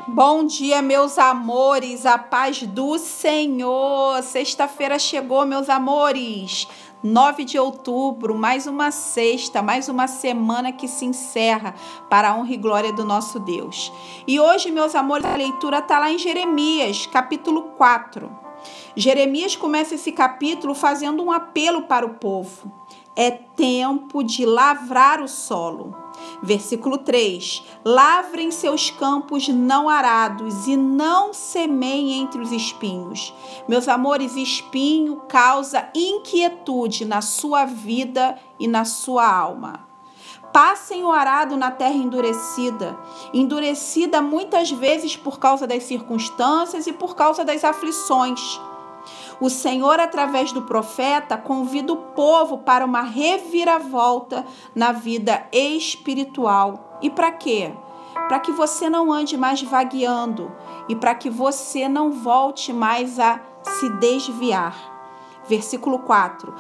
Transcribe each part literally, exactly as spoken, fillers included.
Bom dia, meus amores, a paz do Senhor. Sexta-feira chegou, meus amores. nove de outubro, mais uma sexta, mais uma semana que se encerra para a honra e glória do nosso Deus. E hoje, meus amores, a leitura está lá em Jeremias, capítulo quatro. Jeremias começa esse capítulo fazendo um apelo para o povo. É tempo de lavrar o solo. Versículo três. Lavrem seus campos não arados e não semeiem entre os espinhos. Meus amores, espinho causa inquietude na sua vida e na sua alma. Passem o arado na terra endurecida, endurecida muitas vezes por causa das circunstâncias e por causa das aflições. O Senhor, através do profeta, convida o povo para uma reviravolta na vida espiritual. E para quê? Para que você não ande mais vagueando e para que você não volte mais a se desviar. Versículo quatro.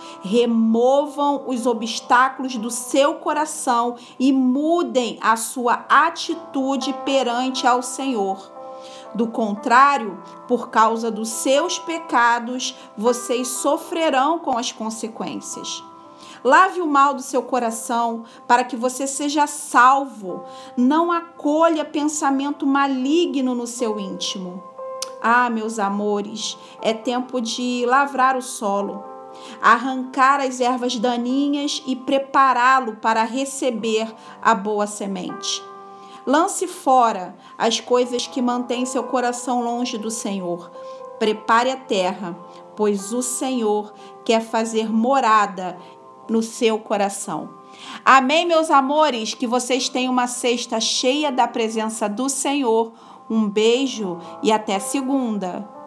Removam os obstáculos do seu coração e mudem a sua atitude perante ao Senhor. Do contrário, por causa dos seus pecados, vocês sofrerão com as consequências. Lave o mal do seu coração para que você seja salvo. Não acolha pensamento maligno no seu íntimo. Ah, meus amores, é tempo de lavrar o solo, arrancar as ervas daninhas e prepará-lo para receber a boa semente. Lance fora as coisas que mantêm seu coração longe do Senhor. Prepare a terra, pois o Senhor quer fazer morada no seu coração. Amém, meus amores? Que vocês tenham uma sexta cheia da presença do Senhor. Um beijo e até segunda.